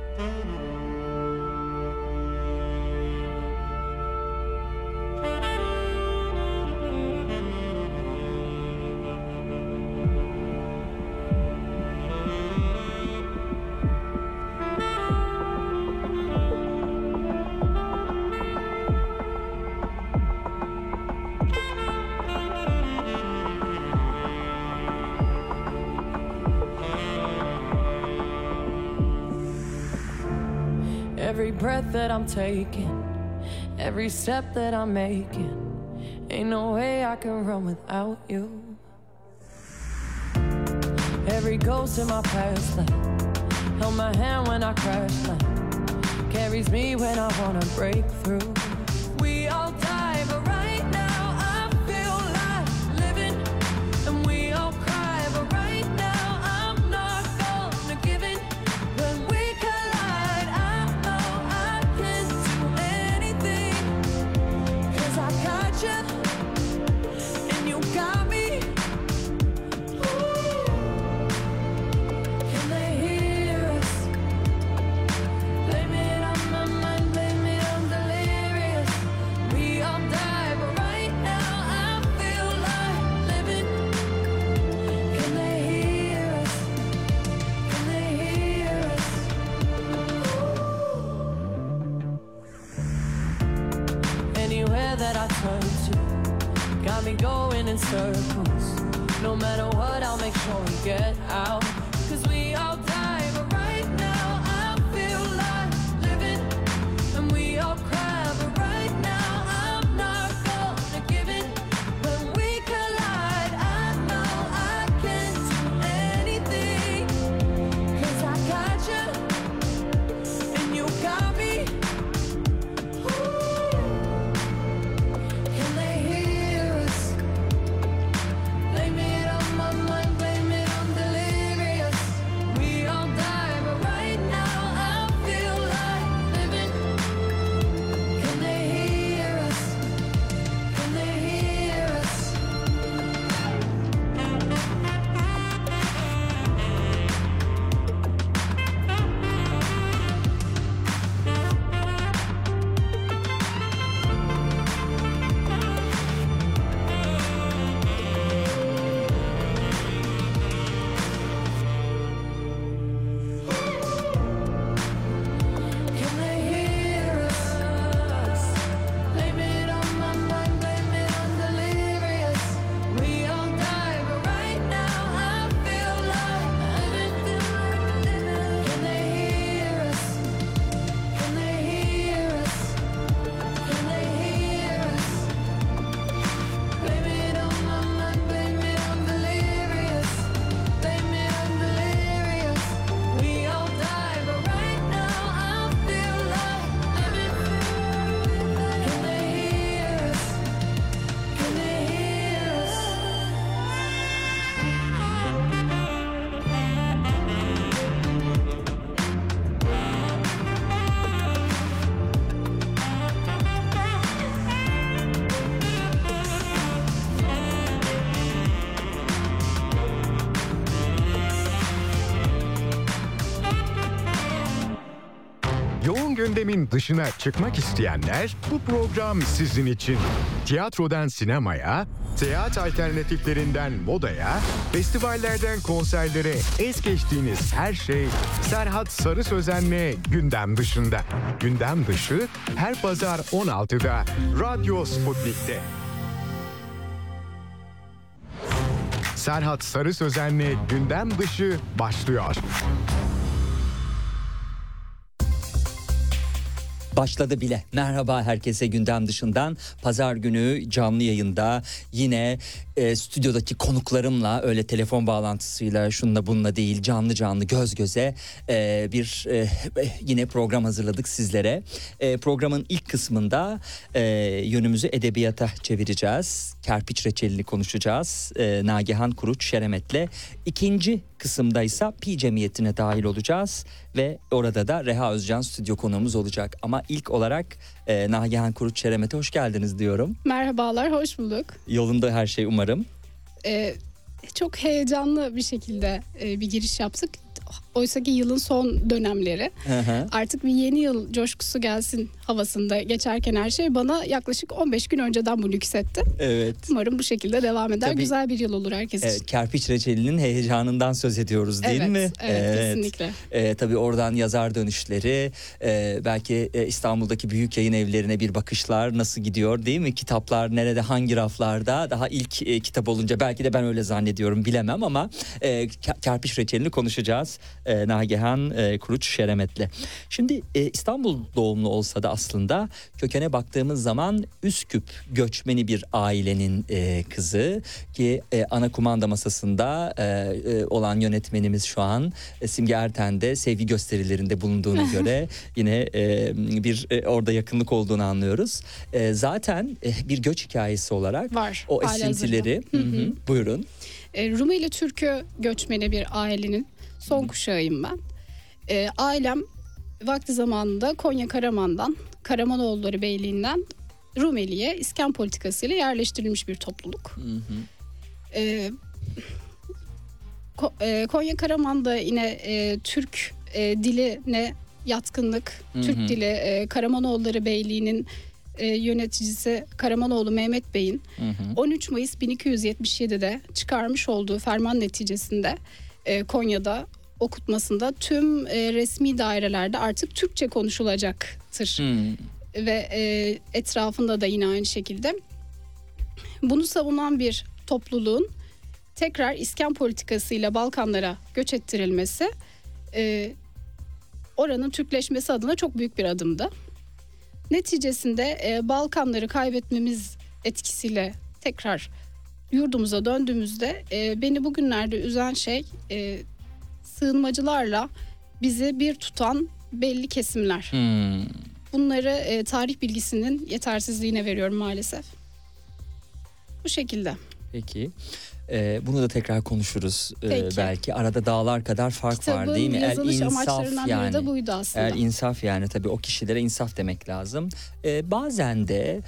Every breath that I'm taking, every step that I'm making, ain't no way I can run without you. Every ghost in my past life held my hand when I crashed, like carries me when I wanna break through. We all die, but right now I feel like living, and we all cry, but right now I'm not gonna give in. When we collide, I know I can do anything, 'cause I got you, and you got me. Ooh. Can they hear us? Blame it on my mind, blame it on delirious. We all die, but right now I feel like living. Can they hear us? Can they hear us? Ooh. Anywhere that I turn to got me going in circles. No matter what, I'll make sure we get out, 'cause we all die, but right now I feel like living, and we all cry, but right now I'm not gonna give in. When we collide, I know I can do anything, 'cause I got you, and you got me. Ooh. Can they hear us? Blame it on my mind, blame it on delirious. We all die, but right now I feel like living. Can they hear us? Can they hear us? Can they hear us? Blame it on my mind, blame it on delirious. We all die, but right now I feel like living. Can they hear us? Can they hear us? Can they hear us? Blame it on my mind, blame it on delirious. Blame it on delirious. We all die, but right now I feel like living. Can they hear us? Can they hear us? Yoğun gündemin dışına çıkmak isteyenler, bu program sizin için. Tiyatrodan sinemaya, seyahat alternatiflerinden modaya, festivallerden konserlere es geçtiğiniz her şey Serhat Sarı Sözen'le gündem dışında. Gündem dışı her pazar 16'da Radyo Sputnik'te. Serhat Sarı Sözen'le gündem dışı başlıyor. Başladı bile. Merhaba herkese, gündem dışından. Pazar günü canlı yayında yine stüdyodaki konuklarımla, öyle telefon bağlantısıyla, şununla bununla değil, canlı canlı göz göze bir yine program hazırladık sizlere. Programın ilk kısmında yönümüzü edebiyata çevireceğiz. Kerpiç Reçelini konuşacağız. Nagihan Kuruç Şeremet'le. İkinci kısımda ise Pi Cemiyeti'ne dahil olacağız ve orada da Reha Özcan stüdyo konuğumuz olacak. Ama ilk olarak Nagihan Kuruç Şeremet'e hoş geldiniz diyorum. Merhabalar, hoş bulduk. Yolunda her şey umarım. Çok heyecanlı bir şekilde bir giriş yaptık. Oysaki yılın son dönemleri. Hı hı. Artık bir yeni yıl coşkusu gelsin havasında geçerken her şey bana yaklaşık 15 gün önceden bu nüksetti. Evet. Umarım bu şekilde devam eder. Tabii. Güzel bir yıl olur herkes için. Evet, kerpiç reçelinin heyecanından söz ediyoruz değil mi? Evet, kesinlikle. Tabii oradan yazar dönüşleri, belki İstanbul'daki büyük yayın evlerine bir bakışlar nasıl gidiyor değil mi? Kitaplar nerede, hangi raflarda? Daha ilk kitap olunca belki de ben öyle zannediyorum, bilemem ama kerpiç reçelini konuşacağız. Nagihan Kuruç Şeremet'le. Şimdi İstanbul doğumlu olsa da aslında kökene baktığımız zaman Üsküp göçmeni bir ailenin kızı ki ana kumanda masasında olan yönetmenimiz şu an Simge Erten de sevgi gösterilerinde bulunduğuna göre yine bir orada yakınlık olduğunu anlıyoruz. Zaten bir göç hikayesi olarak Var, o hali esintileri buyurun. Rumeli Türk'ü göçmeni bir ailenin son kuşağıyım ben. Ailem vakti zamanında Konya Karaman'dan, Karamanoğulları Beyliği'nden Rumeli'ye iskan politikasıyla yerleştirilmiş bir topluluk. Konya Karaman'da yine Türk diline yatkınlık, Türk dili Karamanoğulları Beyliği'nin yöneticisi Karamanoğlu Mehmet Bey'in 13 Mayıs 1277'de çıkarmış olduğu ferman neticesinde Konya'da okutmasında tüm resmi dairelerde artık Türkçe konuşulacaktır. Ve etrafında da yine aynı şekilde. Bunu savunan bir topluluğun tekrar iskan politikasıyla Balkanlara göç ettirilmesi oranın Türkleşmesi adına çok büyük bir adımdı. Neticesinde Balkanları kaybetmemiz etkisiyle tekrar yurdumuza döndüğümüzde beni bugünlerde üzen şey sığınmacılarla bizi bir tutan belli kesimler. Bunları tarih bilgisinin yetersizliğine veriyorum maalesef. Bu şekilde. Peki. Bunu da tekrar konuşuruz Peki. belki. Arada dağlar kadar fark Kitabın var değil mi? yazılış amaçlarından biri de buydu aslında. İnsaf yani tabii o kişilere insaf demek lazım. Bazen de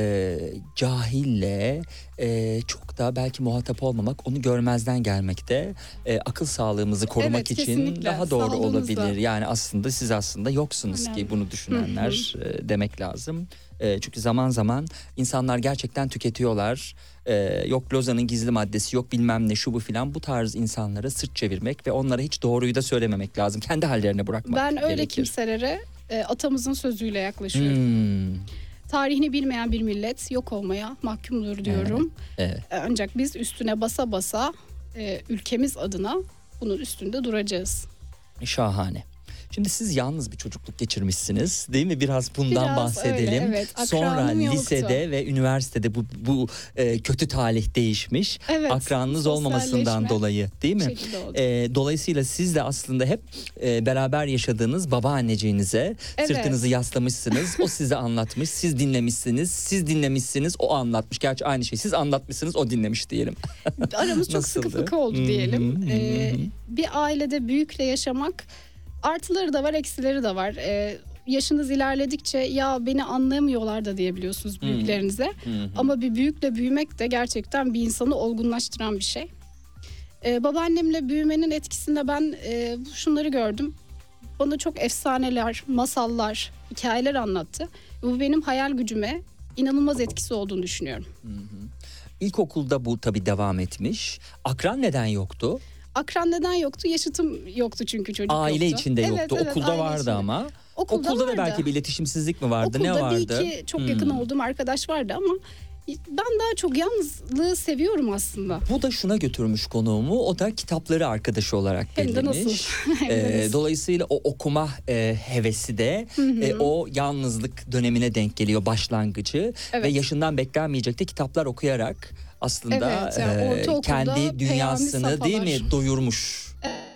cahille çok da belki muhatap olmamak, onu görmezden gelmekte akıl sağlığımızı korumak Evet, için kesinlikle. daha doğru Sağlığımızda. olabilir. Yani aslında siz aslında yoksunuz Önemli. ki bunu düşünenler demek lazım. Çünkü zaman zaman insanlar gerçekten tüketiyorlar. Yok Lozan'ın gizli maddesi, yok bilmem ne, şu bu filan, bu tarz insanlara sırt çevirmek ve onlara hiç doğruyu da söylememek lazım. Kendi hallerine bırakmak Ben öyle gerekir. kimselere atamızın sözüyle yaklaşıyorum. Tarihini bilmeyen bir millet yok olmaya mahkumdur diyorum. Evet. Ancak biz üstüne basa basa ülkemiz adına bunun üstünde duracağız. Şahane. Şimdi siz yalnız bir çocukluk geçirmişsiniz değil mi? Biraz bundan Biraz bahsedelim. öyle, evet. Sonra Akranım yoktu. lisede ve üniversitede bu kötü talih değişmiş. Evet, Akranınız olmamasından sosyalleşme dolayı değil bu mi? şekilde oldu. Dolayısıyla siz de aslında hep beraber yaşadığınız babaanneciğinize Evet. sırtınızı yaslamışsınız. O size anlatmış, siz dinlemişsiniz. Siz dinlemişsiniz, o anlatmış. Gerçi aynı şey. Siz anlatmışsınız, o dinlemiş diyelim. Aramız çok Nasıldı? sıkı fıkı oldu diyelim. Bir ailede büyükle yaşamak artıları da var, eksileri de var. Yaşınız ilerledikçe ya beni anlayamıyorlar da diyebiliyorsunuz büyüklerinize. Ama bir büyükle büyümek de gerçekten bir insanı olgunlaştıran bir şey. Babaannemle büyümenin etkisinde ben şunları gördüm. Bana çok efsaneler, masallar, hikayeler anlattı. Bu benim hayal gücüme inanılmaz etkisi olduğunu düşünüyorum. İlkokulda bu tabii devam etmiş. Akran neden yoktu? Akran neden yoktu? Yaşıtım yoktu çünkü çocuk Aile yoktu. içinde Evet, yoktu. evet, Okulda aile vardı içinde. ama. Okulda da vardı. belki bir iletişimsizlik mi vardı? Okulda ne vardı? bir iki çok yakın olduğum arkadaş vardı ama ben daha çok yalnızlığı seviyorum aslında. Bu da şuna götürmüş konuğumu. O da kitapları arkadaşı olarak Hem de belirlemiş. nasıl? Hem de nasıl? Dolayısıyla o okuma hevesi de o yalnızlık dönemine denk geliyor, başlangıcı. Evet. Ve yaşından beklenmeyecek de kitaplar okuyarak aslında Evet, yani ortaokulda kendi Peyami dünyasını değil mi Safalar. doyurmuş.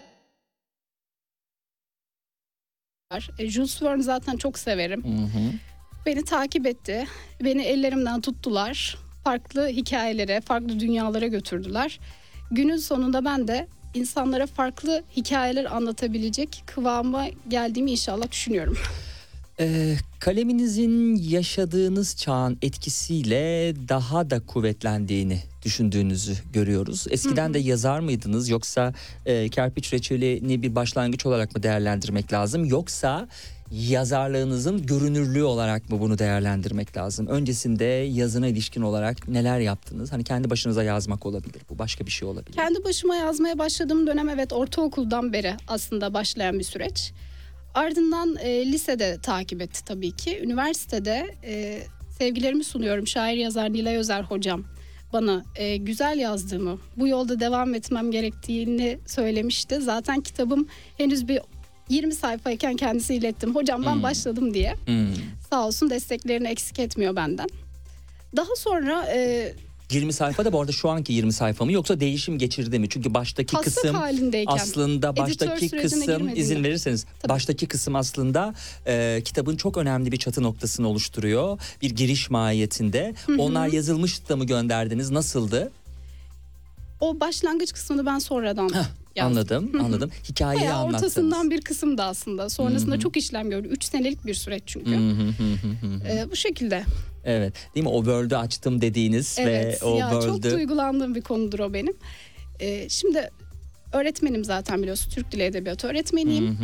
Jules Verne zaten çok severim. Beni takip etti. Beni ellerimden tuttular. Farklı hikayelere, farklı dünyalara götürdüler. Günün sonunda ben de insanlara farklı hikayeler anlatabilecek kıvama geldiğimi inşallah düşünüyorum. Kaleminizin yaşadığınız çağın etkisiyle daha da kuvvetlendiğini düşündüğünüzü görüyoruz. Eskiden de yazar mıydınız, yoksa Kerpiç Reçeli'ni bir başlangıç olarak mı değerlendirmek lazım, yoksa yazarlığınızın görünürlüğü olarak mı bunu değerlendirmek lazım? Öncesinde yazına ilişkin olarak neler yaptınız? Hani kendi başınıza yazmak olabilir, bu başka bir şey olabilir. Kendi başıma yazmaya başladığım dönem evet ortaokuldan beri aslında başlayan bir süreç. Ardından lisede takip etti tabii ki. Üniversitede sevgilerimi sunuyorum. Şair yazar Nilay Özer hocam bana güzel yazdığımı, bu yolda devam etmem gerektiğini söylemişti. Zaten kitabım henüz bir 20 sayfayken kendisi ilettim. Hocam ben başladım diye. Sağ olsun, desteklerini eksik etmiyor benden. Daha sonra 20 sayfa da bu arada şu anki 20 sayfa mı, yoksa değişim geçirdi mi? Çünkü baştaki taslak kısım halindeyken, aslında editör baştaki sürecine kısım, girmediğinde. izin verirseniz, Tabii. baştaki kısım aslında kitabın çok önemli bir çatı noktasını oluşturuyor. Bir giriş mahiyetinde. Onlar yazılmış da mı gönderdiniz? Nasıldı? o başlangıç kısmını ben sonradan yazdım. Anladım. Hikayeyi Bayağı anlattınız. ortasından bir kısım da aslında. Sonrasında çok işlem gördü. 3 senelik bir süreç çünkü. Bu şekilde. Evet, değil mi? O Word'ü açtım dediğiniz Evet. ve o Ya çok Word'ü... duygulandığım bir konudur o benim. Şimdi öğretmenim zaten, biliyorsun. Türk Dili Edebiyatı öğretmeniyim.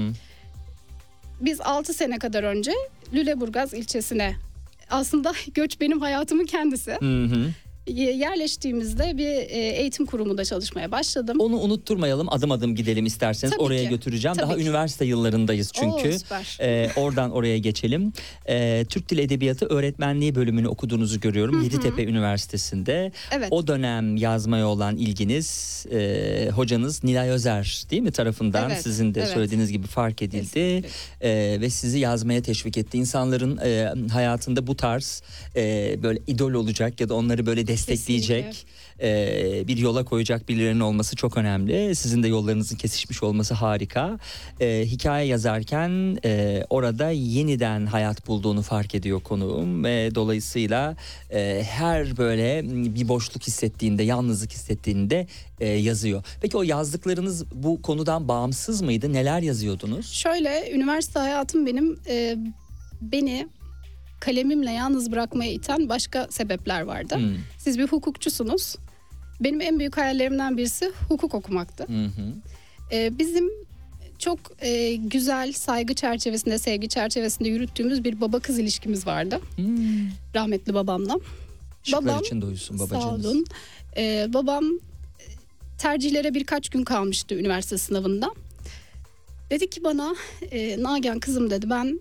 Biz 6 sene kadar önce Lüleburgaz ilçesine, aslında göç benim hayatımın kendisi. Yerleştiğimizde bir eğitim kurumunda çalışmaya başladım. Onu unutturmayalım, adım adım gidelim isterseniz. Tabii Oraya ki. götüreceğim. Tabii Daha ki. üniversite yıllarındayız çünkü. Oo, süper. Oradan oraya geçelim. Türk Dili Edebiyatı öğretmenliği bölümünü okuduğunuzu görüyorum. Yeditepe Üniversitesi'nde. Evet. O dönem yazmaya olan ilginiz, hocanız Nilay Özer değil mi tarafından, Evet, sizin de evet. söylediğiniz gibi fark edildi. Kesinlikle. Ve sizi yazmaya teşvik etti. İnsanların hayatında bu tarz böyle idol olacak ya da onları böyle destekleyecek bir yola koyacak birilerinin olması çok önemli. Sizin de yollarınızın kesişmiş olması harika. Hikaye yazarken orada yeniden hayat bulduğunu fark ediyor konuğum ve dolayısıyla her böyle bir boşluk hissettiğinde, yalnızlık hissettiğinde yazıyor. Peki o yazdıklarınız bu konudan bağımsız mıydı? Neler yazıyordunuz? Şöyle, üniversite hayatım benim beni kalemimle yalnız bırakmaya iten başka sebepler vardı. Siz bir hukukçusunuz. Benim en büyük hayallerimden birisi hukuk okumaktı. Bizim çok güzel, saygı çerçevesinde, sevgi çerçevesinde yürüttüğümüz bir baba kız ilişkimiz vardı. Rahmetli babamla. Şıklar içinde uyusun babacığınız. Sağ olun. Babam tercihlere birkaç gün kalmıştı üniversite sınavında. Dedi ki bana, Nagihan kızım dedi, ben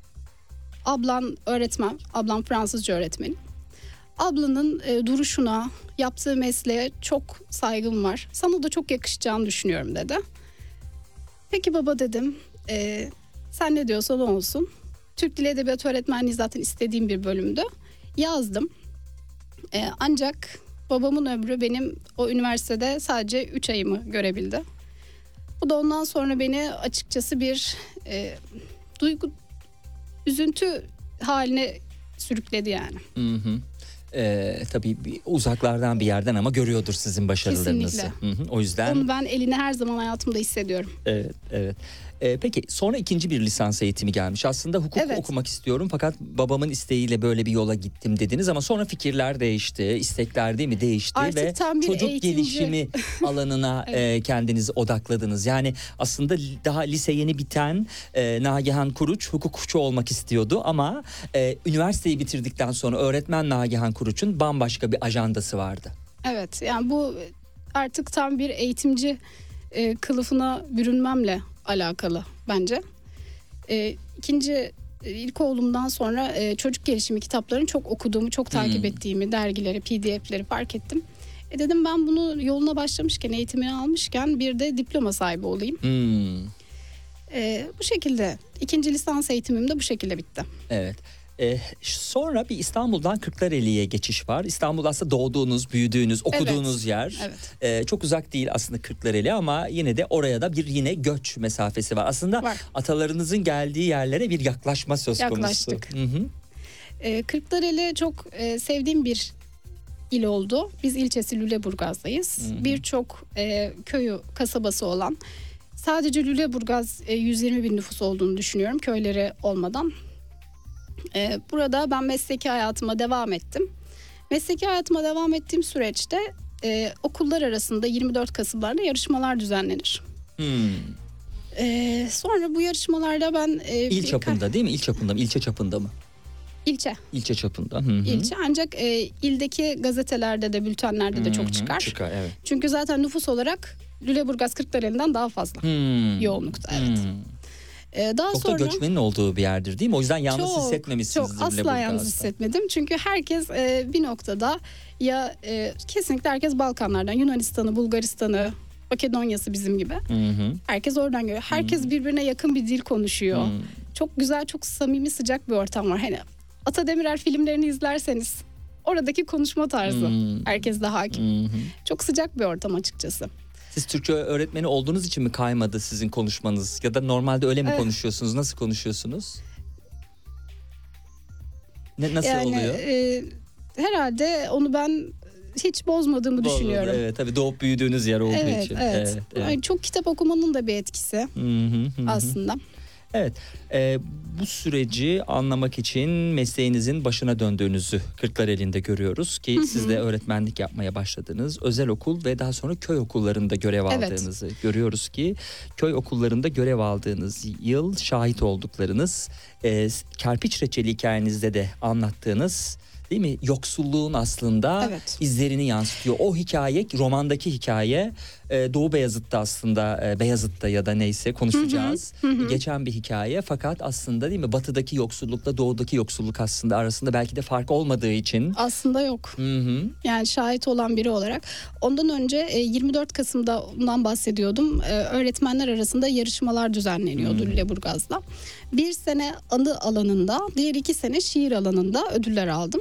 ablan öğretmen, ablam Fransızca öğretmeni. Ablanın duruşuna, yaptığı mesleğe çok saygım var. Sana da çok yakışacağını düşünüyorum dedi. Peki baba dedim, sen ne diyorsan o olsun. Türk Dili Edebiyatı öğretmenliği zaten istediğim bir bölümdü. Yazdım. Ancak babamın ömrü benim o üniversitede sadece 3 ayımı görebildi. Bu da ondan sonra beni açıkçası bir üzüntü haline sürükledi yani. Tabii uzaklardan bir yerden ama görüyordur sizin başarılarınızı. Kesinlikle. O yüzden. Onu ben elini her zaman hayatımda hissediyorum. Evet. Peki sonra ikinci bir lisans eğitimi gelmiş. Aslında hukuk Evet. okumak istiyorum fakat babamın isteğiyle böyle bir yola gittim dediniz ama sonra fikirler değişti, istekler değil mi değişti Artık ve tam bir çocuk eğitimci- gelişimi alanına kendinizi odakladınız. Yani aslında daha lise yeni biten Nagihan Kuruç hukukçu olmak istiyordu ama üniversiteyi bitirdikten sonra öğretmen Nagihan Kuruç'un bambaşka bir ajandası vardı. Evet, yani bu artık tam bir eğitimci kılıfına bürünmemle alakalı bence. İlk oğlumdan sonra çocuk gelişimi kitaplarını çok okuduğumu, çok takip ettiğimi, dergileri, PDF'leri fark ettim. Dedim ben bunu yoluna başlamışken, eğitimini almışken bir de diploma sahibi olayım. Bu şekilde ikinci lisans eğitimim de bu şekilde bitti. Evet. Sonra bir İstanbul'dan Kırklareli'ye geçiş var. İstanbul aslında doğduğunuz, büyüdüğünüz, okuduğunuz yer. Evet. Çok uzak değil aslında Kırklareli ama yine de oraya da bir yine göç mesafesi var. Aslında Var. atalarınızın geldiği yerlere bir yaklaşma söz konusu. Yaklaştık. Kırklareli çok sevdiğim bir il oldu. Biz ilçesi Lüleburgaz'dayız. Birçok köyü, kasabası olan. Sadece Lüleburgaz 120 bin nüfus olduğunu düşünüyorum köyleri olmadan. Burada ben mesleki hayatıma devam ettim. Mesleki hayatıma devam ettiğim süreçte okullar arasında 24 Kasım'larda yarışmalar düzenlenir. Sonra bu yarışmalarda ben... İl çapında değil mi? İl çapında mı? İlçe çapında mı? İlçe. İlçe çapında. İlçe, ancak ildeki gazetelerde de bültenlerde de çok çıkar. Çıkar, evet. Çünkü zaten nüfus olarak Lüleburgaz Kırklareli'nden daha fazla yoğunlukta. Evet. Daha çok sonra da göçmenin olduğu bir yerdir değil mi? O yüzden yalnız hissetmemişsinizdir. Çok asla yalnız hissetmedim. Çünkü herkes bir noktada kesinlikle herkes Balkanlardan, Yunanistan'ı, Bulgaristan'ı, Makedonya'sı bizim gibi. Herkes oradan geliyor. Herkes birbirine yakın bir dil konuşuyor. Çok güzel, çok samimi, sıcak bir ortam var. Hani Ata Demirer filmlerini izlerseniz oradaki konuşma tarzı herkes de hakim. Çok sıcak bir ortam açıkçası. Siz Türkçe öğretmeni olduğunuz için mi kaymadı sizin konuşmanız? Ya da normalde öyle mi konuşuyorsunuz? Nasıl konuşuyorsunuz? Nasıl oluyor? Herhalde onu ben hiç bozmadığımı düşünüyorum. Evet, tabii doğup büyüdüğünüz yer olduğu için. Evet. Yani çok kitap okumanın da bir etkisi aslında. Evet, bu süreci anlamak için mesleğinizin başına döndüğünüzü Kırklareli'nde görüyoruz ki siz de öğretmenlik yapmaya başladınız. Özel okul ve daha sonra köy okullarında görev aldığınızı görüyoruz ki köy okullarında görev aldığınız yıl şahit olduklarınız, kerpiç reçeli hikayenizde de anlattığınız, değil mi? Yoksulluğun aslında izlerini yansıtıyor. O hikaye, romandaki hikaye Doğu Beyazıt'ta aslında, Beyazıt'ta ya da neyse konuşacağız. Geçen bir hikaye, fakat aslında değil mi? Batıdaki yoksullukla doğudaki yoksulluk aslında arasında belki de fark olmadığı için. Aslında yok. Yani şahit olan biri olarak. Ondan önce 24 Kasım'da ondan bahsediyordum. Öğretmenler arasında yarışmalar düzenleniyordu Lüleburgaz'da. Bir sene anı alanında, diğer 2 sene şiir alanında ödüller aldım.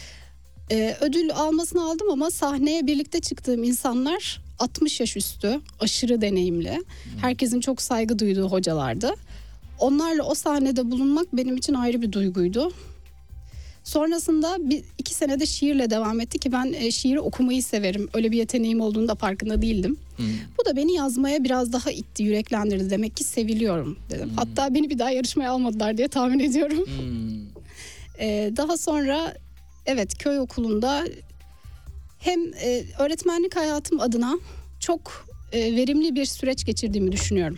Ödül almasını aldım ama sahneye birlikte çıktığım insanlar 60 yaş üstü, aşırı deneyimli, herkesin çok saygı duyduğu hocalardı. Onlarla o sahnede bulunmak benim için ayrı bir duyguydu. Sonrasında 2 senede şiirle devam etti ki ben şiiri okumayı severim. Öyle bir yeteneğim olduğunu da farkında değildim. Bu da beni yazmaya biraz daha itti, yüreklendirdi. Demek ki seviliyorum dedim. Hatta beni bir daha yarışmaya almadılar diye tahmin ediyorum. Daha sonra köy okulunda hem öğretmenlik hayatım adına çok verimli bir süreç geçirdiğimi düşünüyorum.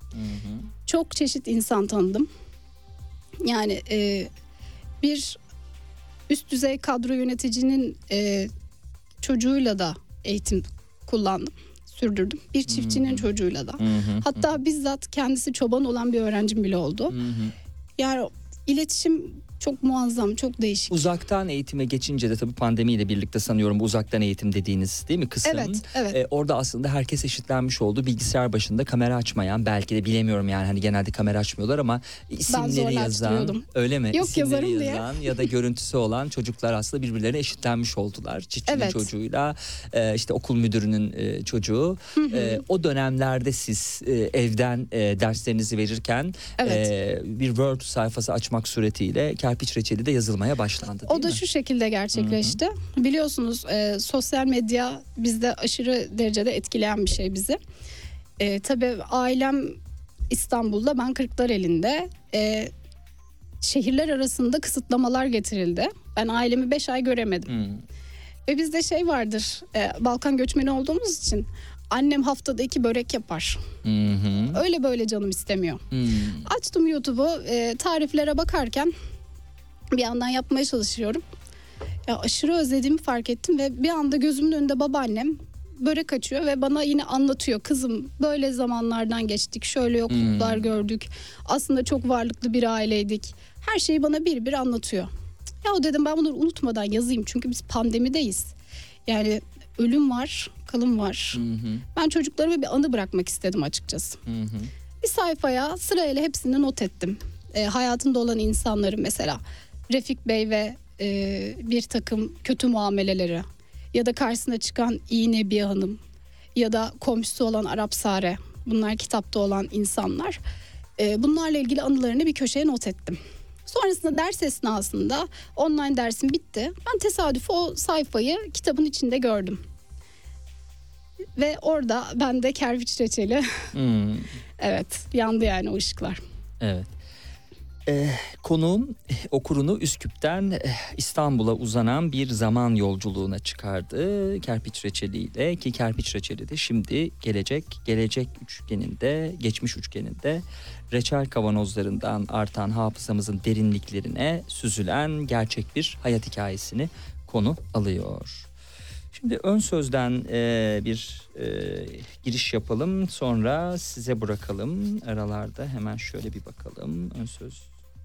Çok çeşit insan tanıdım. Yani bir üst düzey kadro yöneticinin çocuğuyla da eğitim kullandım, sürdürdüm. Bir çiftçinin çocuğuyla da. Hatta bizzat kendisi çoban olan bir öğrencim bile oldu. Yani iletişim çok muazzam, çok değişik. Uzaktan eğitime geçince de tabii pandemiyle birlikte sanıyorum bu uzaktan eğitim dediğiniz değil mi kısım? Evet. Orada aslında herkes eşitlenmiş oldu. Bilgisayar başında kamera açmayan, belki de bilemiyorum yani hani genelde kamera açmıyorlar ama isimleri yazan, öyle mi? Yok, İsimleri yazarım yazan ya da görüntüsü olan çocuklar aslında birbirlerine eşitlenmiş oldular. Çiftçinin çocuğuyla işte okul müdürünün çocuğu. O dönemlerde siz evden derslerinizi verirken bir Word sayfası açmak suretiyle kerpiç reçeli de yazılmaya başlandı, değil o da mi? Şu şekilde gerçekleşti. Biliyorsunuz sosyal medya bizde aşırı derecede etkileyen bir şey bizi. Tabii ailem İstanbul'da, ben Kırklareli'nde. Şehirler arasında kısıtlamalar getirildi. Ben ailemi 5 ay göremedim. Ve bizde vardır, Balkan göçmeni olduğumuz için annem haftada 2 börek yapar. Öyle böyle canım istemiyor. Açtım YouTube'u, tariflere bakarken bir yandan yapmaya çalışıyorum. Aşırı özlediğimi fark ettim ve bir anda gözümün önünde babaannem börek açıyor ve bana yine anlatıyor. Kızım, böyle zamanlardan geçtik, şöyle yokluklar gördük. Aslında çok varlıklı bir aileydik. Her şeyi bana bir bir anlatıyor. Ya dedim, ben bunları unutmadan yazayım çünkü biz pandemideyiz. Yani ölüm var, kalım var. Ben çocuklarıma bir anı bırakmak istedim açıkçası. Bir sayfaya sırayla hepsini not ettim. Hayatında olan insanları, mesela Refik Bey ve bir takım kötü muameleleri, ya da karşısına çıkan İyi Nebiye Hanım, ya da komşusu olan Arap Sare. Bunlar kitapta olan insanlar. Bunlarla ilgili anılarını bir köşeye not ettim. Sonrasında ders esnasında online dersim bitti. Ben tesadüf o sayfayı kitabın içinde gördüm. Ve orada bende kerpiç reçeli. Evet, yandı yani o ışıklar. Evet. Konuğum okurunu Üsküp'ten İstanbul'a uzanan bir zaman yolculuğuna çıkardı. Kerpiç reçeliyle, ki kerpiç reçeli de şimdi gelecek üçgeninde, geçmiş üçgeninde reçel kavanozlarından artan hafızamızın derinliklerine süzülen gerçek bir hayat hikayesini konu alıyor. Şimdi ön sözden bir giriş yapalım, sonra size bırakalım. Aralarda hemen şöyle bir bakalım. Ön söz.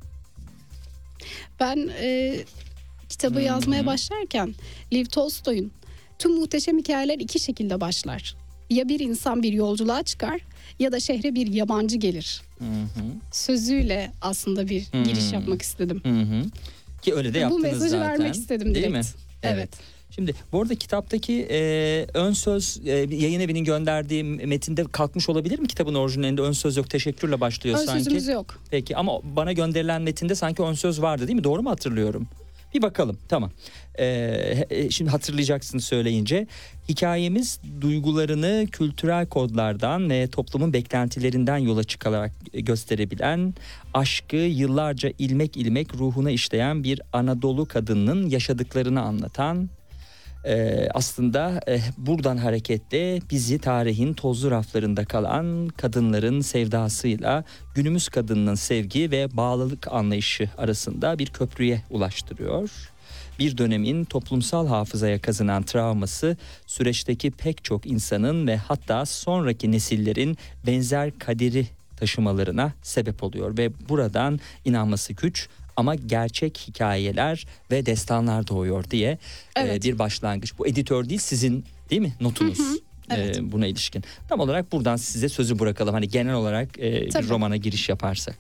Ben kitabı yazmaya başlarken Lev Tolstoy'un tüm muhteşem hikayeler iki şekilde başlar. Ya bir insan bir yolculuğa çıkar ya da şehre bir yabancı gelir. Sözüyle aslında bir giriş yapmak istedim. Ki öyle de yaptınız Bu mesajı zaten. vermek istedim direkt. Değil mi? Evet. Şimdi bu arada kitaptaki ön söz yayın evinin gönderdiği metinde kalkmış olabilir mi? Kitabın orijinalinde ön söz yok, teşekkürle başlıyor Ön sanki. sözümüz yok. Peki, ama bana gönderilen metinde sanki ön söz vardı değil mi? Doğru mu hatırlıyorum? Bir bakalım, tamam. Şimdi hatırlayacaksınız söyleyince. Hikayemiz duygularını kültürel kodlardan ve toplumun beklentilerinden yola çıkarak gösterebilen, aşkı yıllarca ilmek ilmek ruhuna işleyen bir Anadolu kadınının yaşadıklarını anlatan, aslında buradan hareketle bizi tarihin tozlu raflarında kalan kadınların sevdasıyla günümüz kadınının sevgi ve bağlılık anlayışı arasında bir köprüye ulaştırıyor. Bir dönemin toplumsal hafızaya kazınan travması süreçteki pek çok insanın ve hatta sonraki nesillerin benzer kaderi taşımalarına sebep oluyor ve buradan inanması güç ama gerçek hikayeler ve destanlar doğuyor diye bir başlangıç. Bu editör değil, sizin değil mi notunuz? Evet. Buna ilişkin. Tam olarak buradan size sözü bırakalım. Hani genel olarak bir romana giriş yaparsak.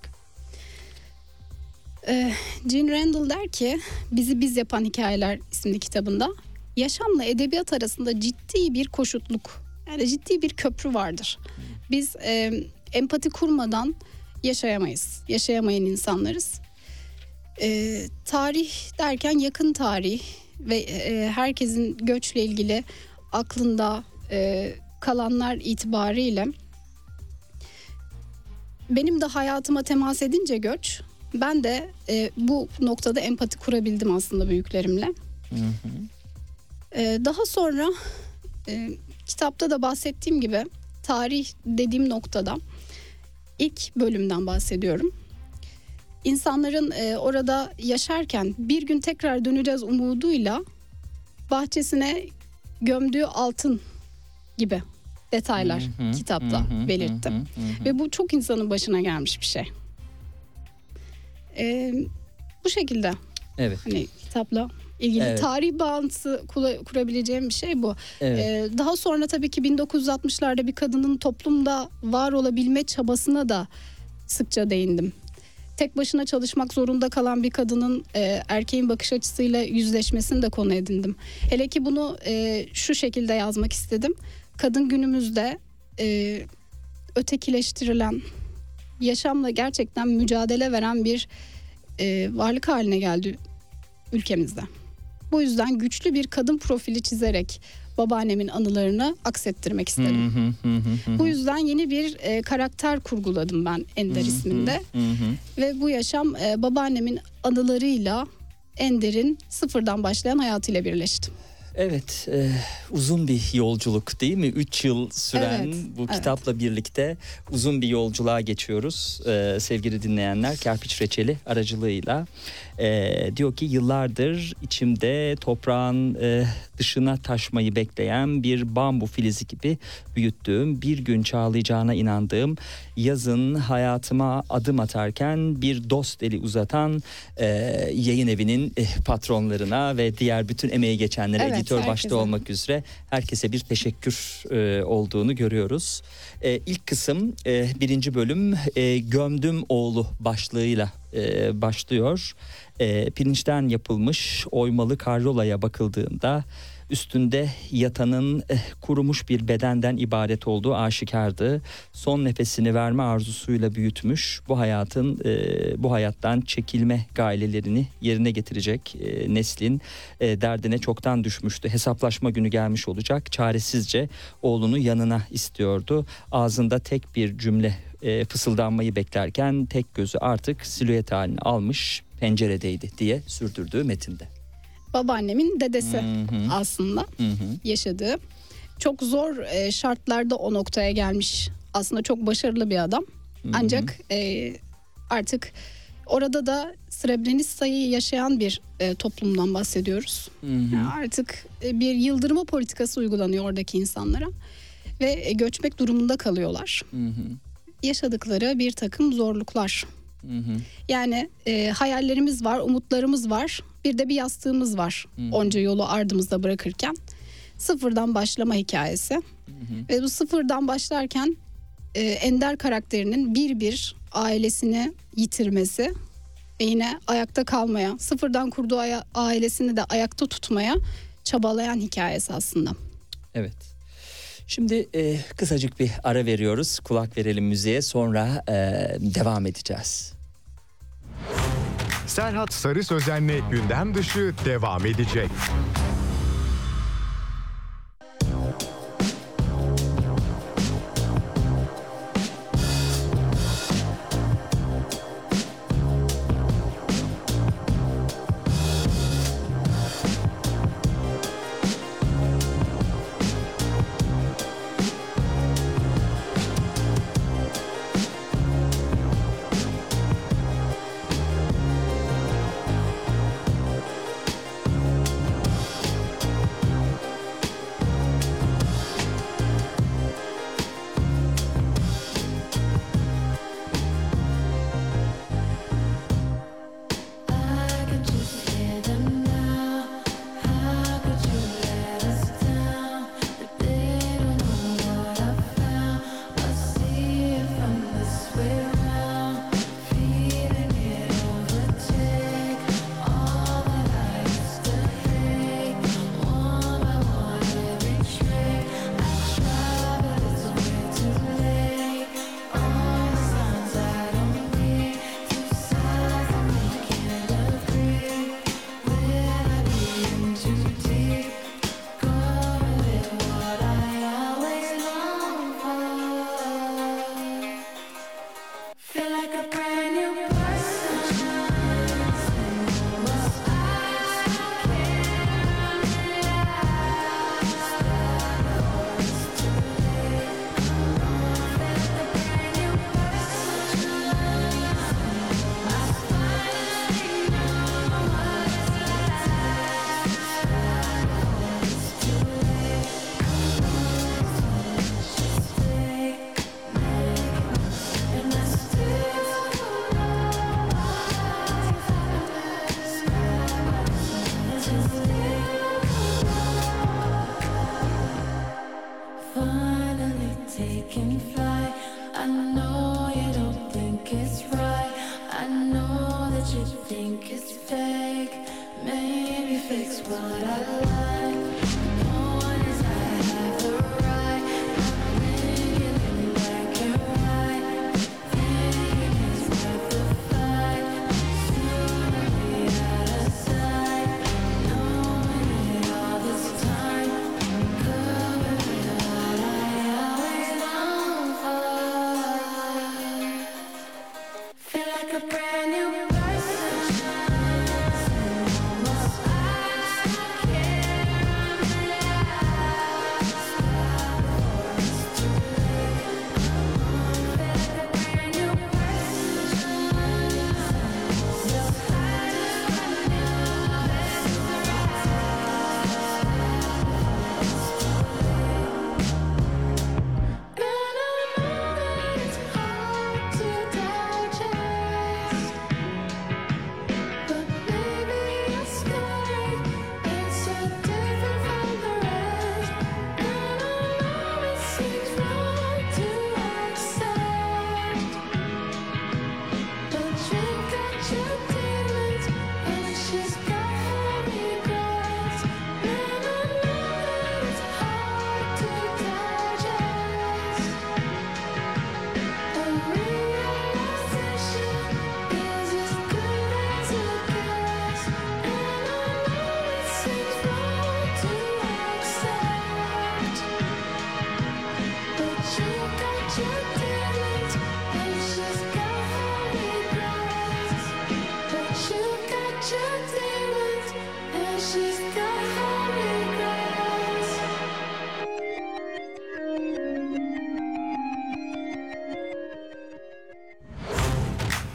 Jean Randall der ki, Bizi Biz Yapan Hikayeler isimli kitabında, yaşamla edebiyat arasında ciddi bir koşutluk, yani ciddi bir köprü vardır. Biz empati kurmadan yaşayamayız. Yaşayamayan insanlarız. Tarih derken yakın tarih ve herkesin göçle ilgili aklında kalanlar itibariyle benim de hayatıma temas edince göç, ben de bu noktada empati kurabildim aslında büyüklerimle. Daha sonra kitapta da bahsettiğim gibi tarih dediğim noktada ilk bölümden bahsediyorum. İnsanların orada yaşarken bir gün tekrar döneceğiz umuduyla bahçesine gömdüğü altın gibi detaylar kitapta belirttim. Ve bu çok insanın başına gelmiş bir şey. Bu şekilde. Evet. Hani kitapla ilgili tarih bağıntısı kurabileceğim bir şey bu. Evet. Daha sonra tabii ki 1960'larda bir kadının toplumda var olabilme çabasına da sıkça değindim. Tek başına çalışmak zorunda kalan bir kadının erkeğin bakış açısıyla yüzleşmesini de konu edindim. Hele ki bunu şu şekilde yazmak istedim. Kadın günümüzde ötekileştirilen, yaşamla gerçekten mücadele veren bir varlık haline geldi ülkemizde. Bu yüzden güçlü bir kadın profili çizerek babaannemin anılarını aksettirmek istedim. Bu yüzden yeni bir karakter kurguladım ben Ender isminde. Ve bu yaşam babaannemin anılarıyla Ender'in sıfırdan başlayan hayatıyla birleşti. Evet, uzun bir yolculuk değil mi? 3 yıl süren bu kitapla birlikte uzun bir yolculuğa geçiyoruz. Sevgili dinleyenler, Kerpiç Reçeli aracılığıyla diyor ki, yıllardır içimde toprağın dışına taşmayı bekleyen bir bambu filizi gibi büyüttüğüm, bir gün çağlayacağına inandığım, yazın hayatıma adım atarken bir dost eli uzatan yayın evinin patronlarına ve diğer bütün emeği geçenlere, editör başta herkese olmak üzere herkese bir teşekkür olduğunu görüyoruz. İlk kısım, birinci bölüm Gömdüm Oğlu başlığıyla başlıyor. Pirinçten yapılmış oymalı karyolaya bakıldığında üstünde yatanın kurumuş bir bedenden ibaret olduğu aşikardı. Son nefesini verme arzusuyla büyütmüş, bu hayattan çekilme gailelerini yerine getirecek neslin derdine çoktan düşmüştü. Hesaplaşma günü gelmiş olacak. Çaresizce oğlunu yanına istiyordu. Ağzında tek bir cümle fısıldanmayı beklerken tek gözü artık silüet halini almış penceredeydi diye sürdürdüğü metinde. Babaannemin dedesi aslında yaşadığı. Çok zor şartlarda o noktaya gelmiş. Aslında çok başarılı bir adam. Ancak artık orada da Srebrenica'yı yaşayan bir toplumdan bahsediyoruz. Yani artık bir yıldırma politikası uygulanıyor oradaki insanlara. Ve göçmek durumunda kalıyorlar. Yaşadıkları bir takım zorluklar. Yani hayallerimiz var, umutlarımız var. Bir de bir yastığımız var. Onca yolu ardımızda bırakırken. Sıfırdan başlama hikayesi. Ve bu sıfırdan başlarken Ender karakterinin bir ailesini yitirmesi ve yine ayakta kalmaya, sıfırdan kurduğu ailesini de ayakta tutmaya çabalayan hikayesi aslında. Evet. Şimdi kısacık bir ara veriyoruz. Kulak verelim müziğe, sonra devam edeceğiz. Serhat Sarı Sözen'le gündem dışı devam edecek.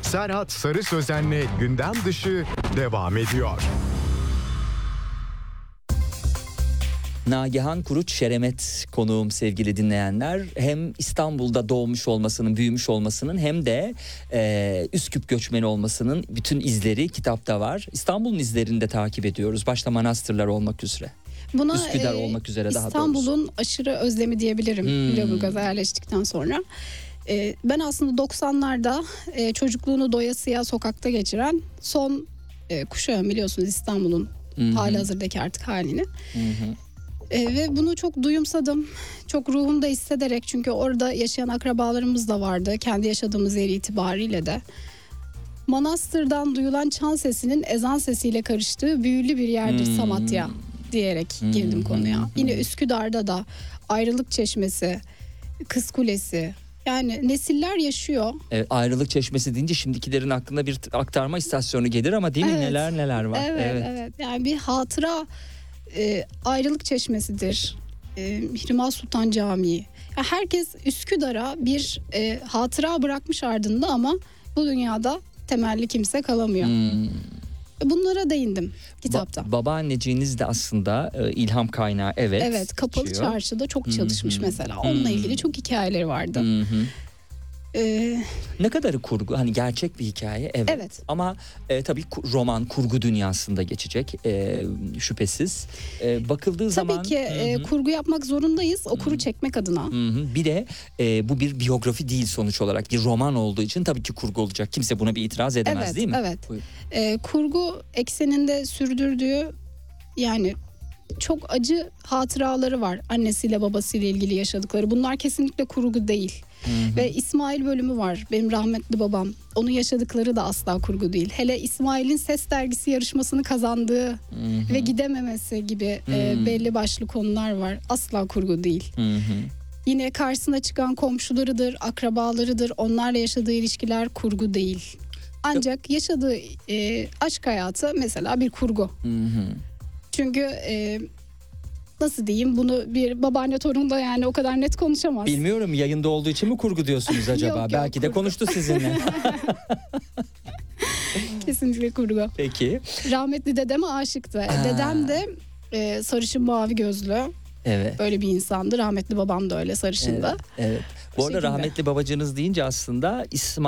Serhat Sarı Sözen'le gündem dışı devam ediyor. Nagihan Kuruç Şeremet konuğum sevgili dinleyenler. Hem İstanbul'da doğmuş olmasının, büyümüş olmasının hem de Üsküp göçmeni olmasının bütün izleri kitapta var. İstanbul'un izlerini de takip ediyoruz. Başta manastırlar olmak üzere. Buna Üsküdar olmak üzere daha doğrusu. İstanbul'un aşırı özlemi diyebilirim Lüleburgaz'a yerleştikten sonra. Ben aslında 90'larda çocukluğunu doyasıya sokakta geçiren son kuşağım, biliyorsunuz İstanbul'un halihazırdaki artık halini. Ve bunu çok duyumsadım. Çok ruhumda hissederek, çünkü orada yaşayan akrabalarımız da vardı. Kendi yaşadığımız yer itibariyle de. Manastırdan duyulan çan sesinin ezan sesiyle karıştığı büyülü bir yerdir Samatya diyerek girdim konuya. Yine Üsküdar'da da Ayrılık Çeşmesi, Kız Kulesi, yani nesiller yaşıyor. Ayrılık Çeşmesi deyince şimdikilerin aklına bir aktarma istasyonu gelir ama değil mi? Evet. Neler var. Evet. Yani bir hatıra Ayrılık Çeşmesi'dir. Mihrimah Sultan Camii. Yani herkes Üsküdar'a bir hatıra bırakmış ardında ama bu dünyada temelli kimse kalamıyor. Bunlara değindim kitapta. Babaanneciğiniz de aslında ilham kaynağı, evet. Evet, Kapalı diyor. Çarşı'da çok çalışmış mesela. Onunla ilgili çok hikayeleri vardı. Ne kadarı kurgu? Hani gerçek bir hikaye, evet. Evet. Ama tabii roman, kurgu dünyasında geçecek şüphesiz. Bakıldığı zaman... Tabii ki kurgu yapmak zorundayız okuru çekmek adına. Bir de bu bir biyografi değil sonuç olarak. Bir roman olduğu için tabii ki kurgu olacak. Kimse buna bir itiraz edemez, Evet, değil mi? evet. Buyurun. Kurgu ekseninde sürdürdüğü, yani çok acı hatıraları var annesiyle babasıyla ilgili yaşadıkları. Bunlar kesinlikle kurgu değil. Ve İsmail bölümü var, benim rahmetli babam. Onun yaşadıkları da asla kurgu değil. Hele İsmail'in Ses Dergisi yarışmasını kazandığı ve gidememesi gibi belli başlı konular var. Asla kurgu değil. Yine karşısına çıkan komşularıdır, akrabalarıdır. Onlarla yaşadığı ilişkiler kurgu değil. Ancak yaşadığı aşk hayatı mesela bir kurgu. Çünkü nasıl diyeyim, bunu bir babaanne torunla yani o kadar net konuşamaz. Bilmiyorum, yayında olduğu için mi kurgu diyorsunuz acaba? Yok, Belki de kurgu. konuştu sizinle. Kesinlikle kurgu. Peki. Rahmetli dedeme aşıktı. Dedem de sarışın mavi gözlü. Evet. Böyle bir insandı. Rahmetli babam da öyle, sarışındı. Evet. Bu arada şekilde. rahmetli babacığınız deyince aslında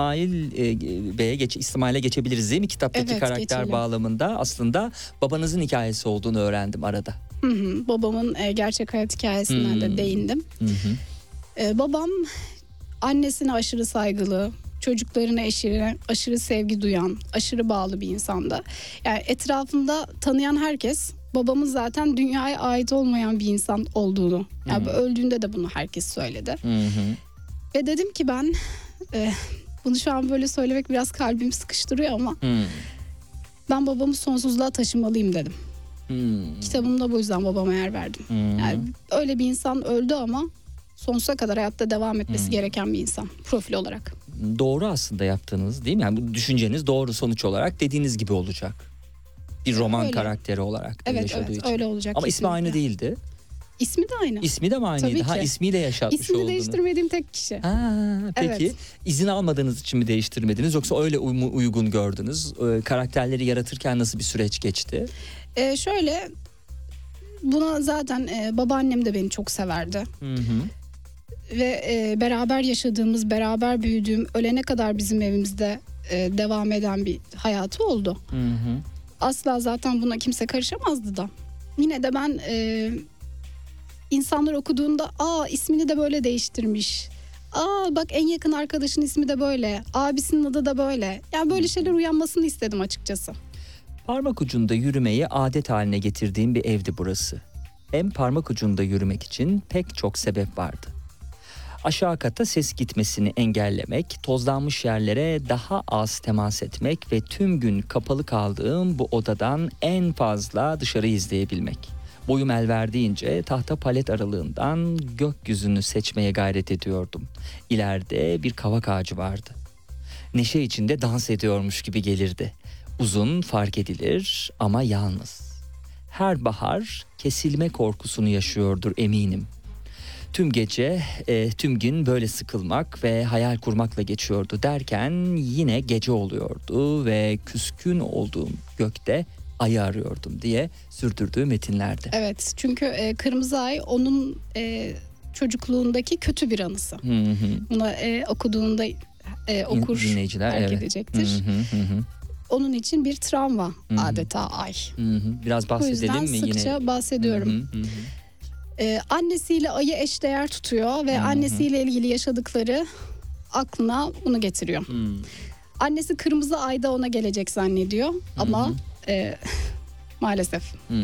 İsmail'e geçebiliriz değil mi? Kitaptaki Evet, karakter geçelim. bağlamında aslında babanızın hikayesi olduğunu öğrendim arada. Babamın gerçek hayat hikayesinden de değindim. Babam annesine aşırı saygılı, çocuklarına, eşine aşırı sevgi duyan, aşırı bağlı bir insandı. Yani etrafında tanıyan herkes babamın zaten dünyaya ait olmayan bir insan olduğunu, yani öldüğünde de bunu herkes söyledi. Ve dedim ki ben bunu şu an böyle söylemek biraz kalbimi sıkıştırıyor ama ben babamı sonsuzluğa taşımalıyım dedim. Kitabımda bu yüzden babama yer verdim. Yani öyle bir insan öldü ama sonsuza kadar hayatta devam etmesi gereken bir insan profil olarak. Doğru aslında yaptığınız, değil mi? Yani bu düşünceniz doğru, sonuç olarak dediğiniz gibi olacak. Bir roman Öyle. karakteri olarak da Evet, yaşadığı için. öyle olacak. Ama ismi aynı kesinlikle. değildi. İsmi de aynı. İsmi de mi aynıydı? Tabii ki. İsmiyle yaşatmış İsmini olduğunu. değiştirmediğim tek kişi. Peki Evet. izin almadığınız için mi değiştirmediniz, yoksa öyle uygun gördünüz? Karakterleri yaratırken nasıl bir süreç geçti? Şöyle, buna zaten babaannem de beni çok severdi. Ve beraber yaşadığımız, beraber büyüdüğüm, ölene kadar bizim evimizde devam eden bir hayatı oldu. Asla zaten buna kimse karışamazdı da. Yine de ben insanlar okuduğunda ismini de böyle değiştirmiş. Bak en yakın arkadaşın ismi de böyle. Abisinin adı da böyle. Yani böyle şeyler uyanmasını istedim açıkçası. Parmak ucunda yürümeyi adet haline getirdiğim bir evdi burası. Hem parmak ucunda yürümek için pek çok sebep vardı. Aşağı kata ses gitmesini engellemek, tozlanmış yerlere daha az temas etmek ve tüm gün kapalı kaldığım bu odadan en fazla dışarı izleyebilmek. Boyum el verdiğince tahta palet aralığından gökyüzünü seçmeye gayret ediyordum. İleride bir kavak ağacı vardı. Neşe içinde dans ediyormuş gibi gelirdi. Uzun, fark edilir ama yalnız. Her bahar kesilme korkusunu yaşıyordur eminim. Tüm gece, tüm gün böyle sıkılmak ve hayal kurmakla geçiyordu derken yine gece oluyordu ve küskün olduğum gökte ayı arıyordum diye sürdürdüğü metinlerde. Evet, çünkü Kırmızı Ay onun çocukluğundaki kötü bir anısı. Bunu okuduğunda okur Dinleyiciler, fark evet. edecektir. Onun için bir travma adeta ay. Biraz Bu bahsedelim yüzden mi sıkça yine? bahsediyorum. Annesiyle ayı eşdeğer tutuyor ve annesiyle ilgili yaşadıkları aklına bunu getiriyor. Annesi Kırmızı Ay'da ona gelecek zannediyor ama maalesef.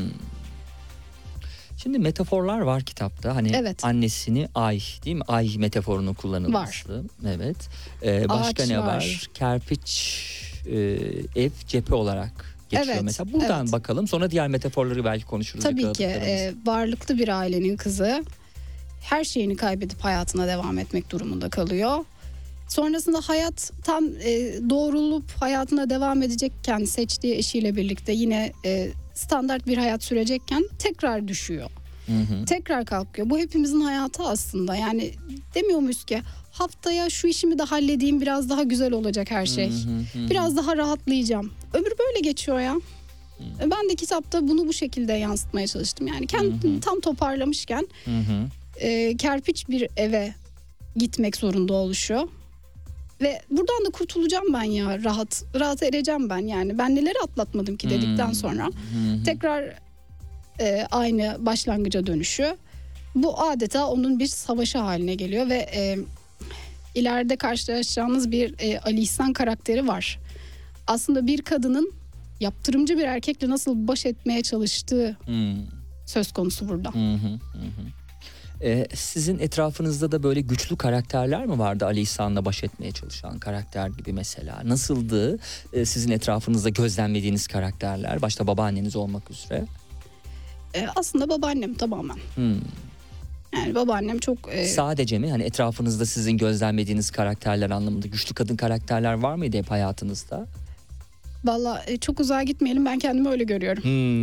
Şimdi metaforlar var kitapta. Hani Evet. annesini ay, değil mi? Ay metaforunu kullanılması. Evet. Başka Ağaç ne var. var? Kerpiç, ev, cephe olarak geçiyor Evet, mesela. Buradan evet. bakalım. Sonra diğer metaforları belki konuşuruz. Tabii ki yakaladıklarımız. varlıklı bir ailenin kızı her şeyini kaybedip hayatına devam etmek durumunda kalıyor. Sonrasında hayat tam doğrulup hayatına devam edecekken seçtiği eşiyle birlikte yine standart bir hayat sürecekken tekrar düşüyor. Tekrar kalkıyor. Bu hepimizin hayatı aslında. Yani demiyor muyuz ki haftaya şu işimi de halledeyim, biraz daha güzel olacak her şey. Biraz daha rahatlayacağım. Ömür böyle geçiyor ya. Ben de kitapta bunu bu şekilde yansıtmaya çalıştım. Yani kendimi tam toparlamışken kerpiç bir eve gitmek zorunda oluşuyor. Ve buradan da kurtulacağım ben ya, rahat ereceğim ben yani. Ben neleri atlatmadım ki dedikten sonra tekrar aynı başlangıca dönüşü. Bu adeta onun bir savaşı haline geliyor ve ileride karşılaşacağımız bir Ali İhsan karakteri var. Aslında bir kadının yaptırımcı bir erkekle nasıl baş etmeye çalıştığı söz konusu burada. Sizin etrafınızda da böyle güçlü karakterler mi vardı Ali İhsan'la baş etmeye çalışan karakter gibi mesela? Nasıldı sizin etrafınızda gözlemlediğiniz karakterler? Başta babaanneniz olmak üzere. Aslında babaannem tamamen. Yani babaannem çok... Sadece mi? Hani etrafınızda sizin gözlemlediğiniz karakterler anlamında güçlü kadın karakterler var mıydı hep hayatınızda? Vallahi çok uzağa gitmeyelim, ben kendimi öyle görüyorum.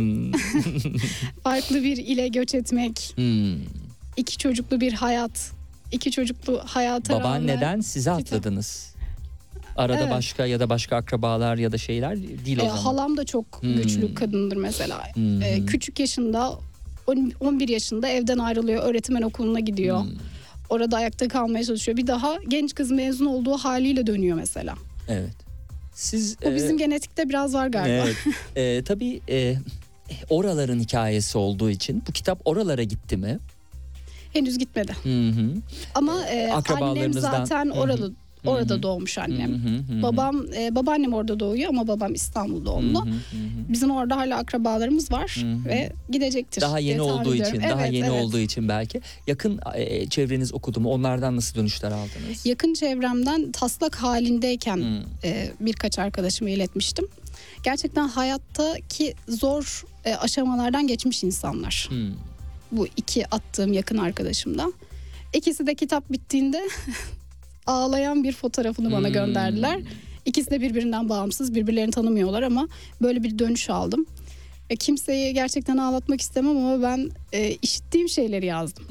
Farklı bir ile göç etmek, iki çocuklu bir hayat, iki çocuklu hayata rağmen... Babaanneden size atladınız. Arada Evet. başka ya da başka akrabalar ya da şeyler değil o zaman. Halam da çok güçlü kadındır mesela. Küçük yaşında 11 yaşında evden ayrılıyor, öğretmen okuluna gidiyor. Orada ayakta kalmaya çalışıyor. Bir daha genç kız mezun olduğu haliyle dönüyor mesela. Evet. Siz Bu bizim genetikte biraz var galiba. Evet. Tabii oraların hikayesi olduğu için bu kitap oralara gitti mi? Henüz gitmedi. Ama annem Akrabalarınızdan- zaten orada doğmuş annem. Babaannem orada doğuyor ama babam İstanbul doğumlu. Bizim orada hala akrabalarımız var ve gidecektir. Daha yeni diye tahmin olduğu ediyorum. için, daha Evet, yeni evet. olduğu için belki. Yakın çevreniz okudu mu? Onlardan nasıl dönüşler aldınız? Yakın çevremden taslak halindeyken birkaç arkadaşıma iletmiştim. Gerçekten hayattaki zor aşamalardan geçmiş insanlar. Bu iki attığım yakın arkadaşımdan. İkisi de kitap bittiğinde ağlayan bir fotoğrafını bana gönderdiler. İkisi de birbirinden bağımsız, birbirlerini tanımıyorlar ama böyle bir dönüş aldım. Kimseyi gerçekten ağlatmak istemem ama ben işittiğim şeyleri yazdım.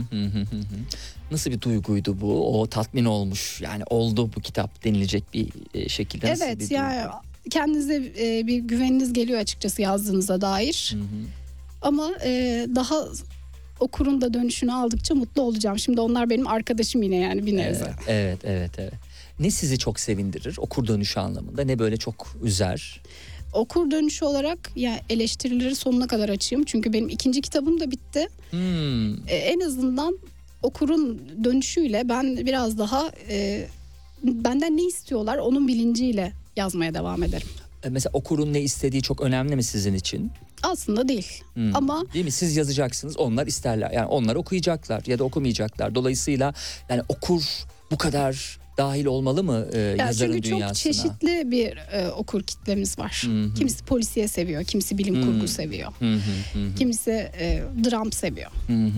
Nasıl bir duyguydu bu? O tatmin olmuş, yani oldu bu kitap denilecek bir şekilde. Nasıl bir Evet duygu? yani kendinize bir güveniniz geliyor açıkçası yazdığınıza dair. Ama daha okurun da dönüşünü aldıkça mutlu olacağım. Şimdi onlar benim arkadaşım yine yani bir nebze. Evet. Ne sizi çok sevindirir okur dönüşü anlamında? Ne böyle çok üzer? Okur dönüşü olarak ya eleştirileri sonuna kadar açayım. Çünkü benim ikinci kitabım da bitti. En azından okurun dönüşüyle ben biraz daha benden ne istiyorlar onun bilinciyle yazmaya devam ederim. Mesela okurun ne istediği çok önemli mi sizin için? Aslında değil. Ama Değil mi? Siz yazacaksınız, onlar isterler. Yani onlar okuyacaklar ya da okumayacaklar. Dolayısıyla yani okur bu kadar dahil olmalı mı yazarın çünkü dünyasına? çok çeşitli bir okur kitlemiz var. Kimisi polisiye seviyor, kimisi bilim kurgu seviyor. Kimisi dram seviyor.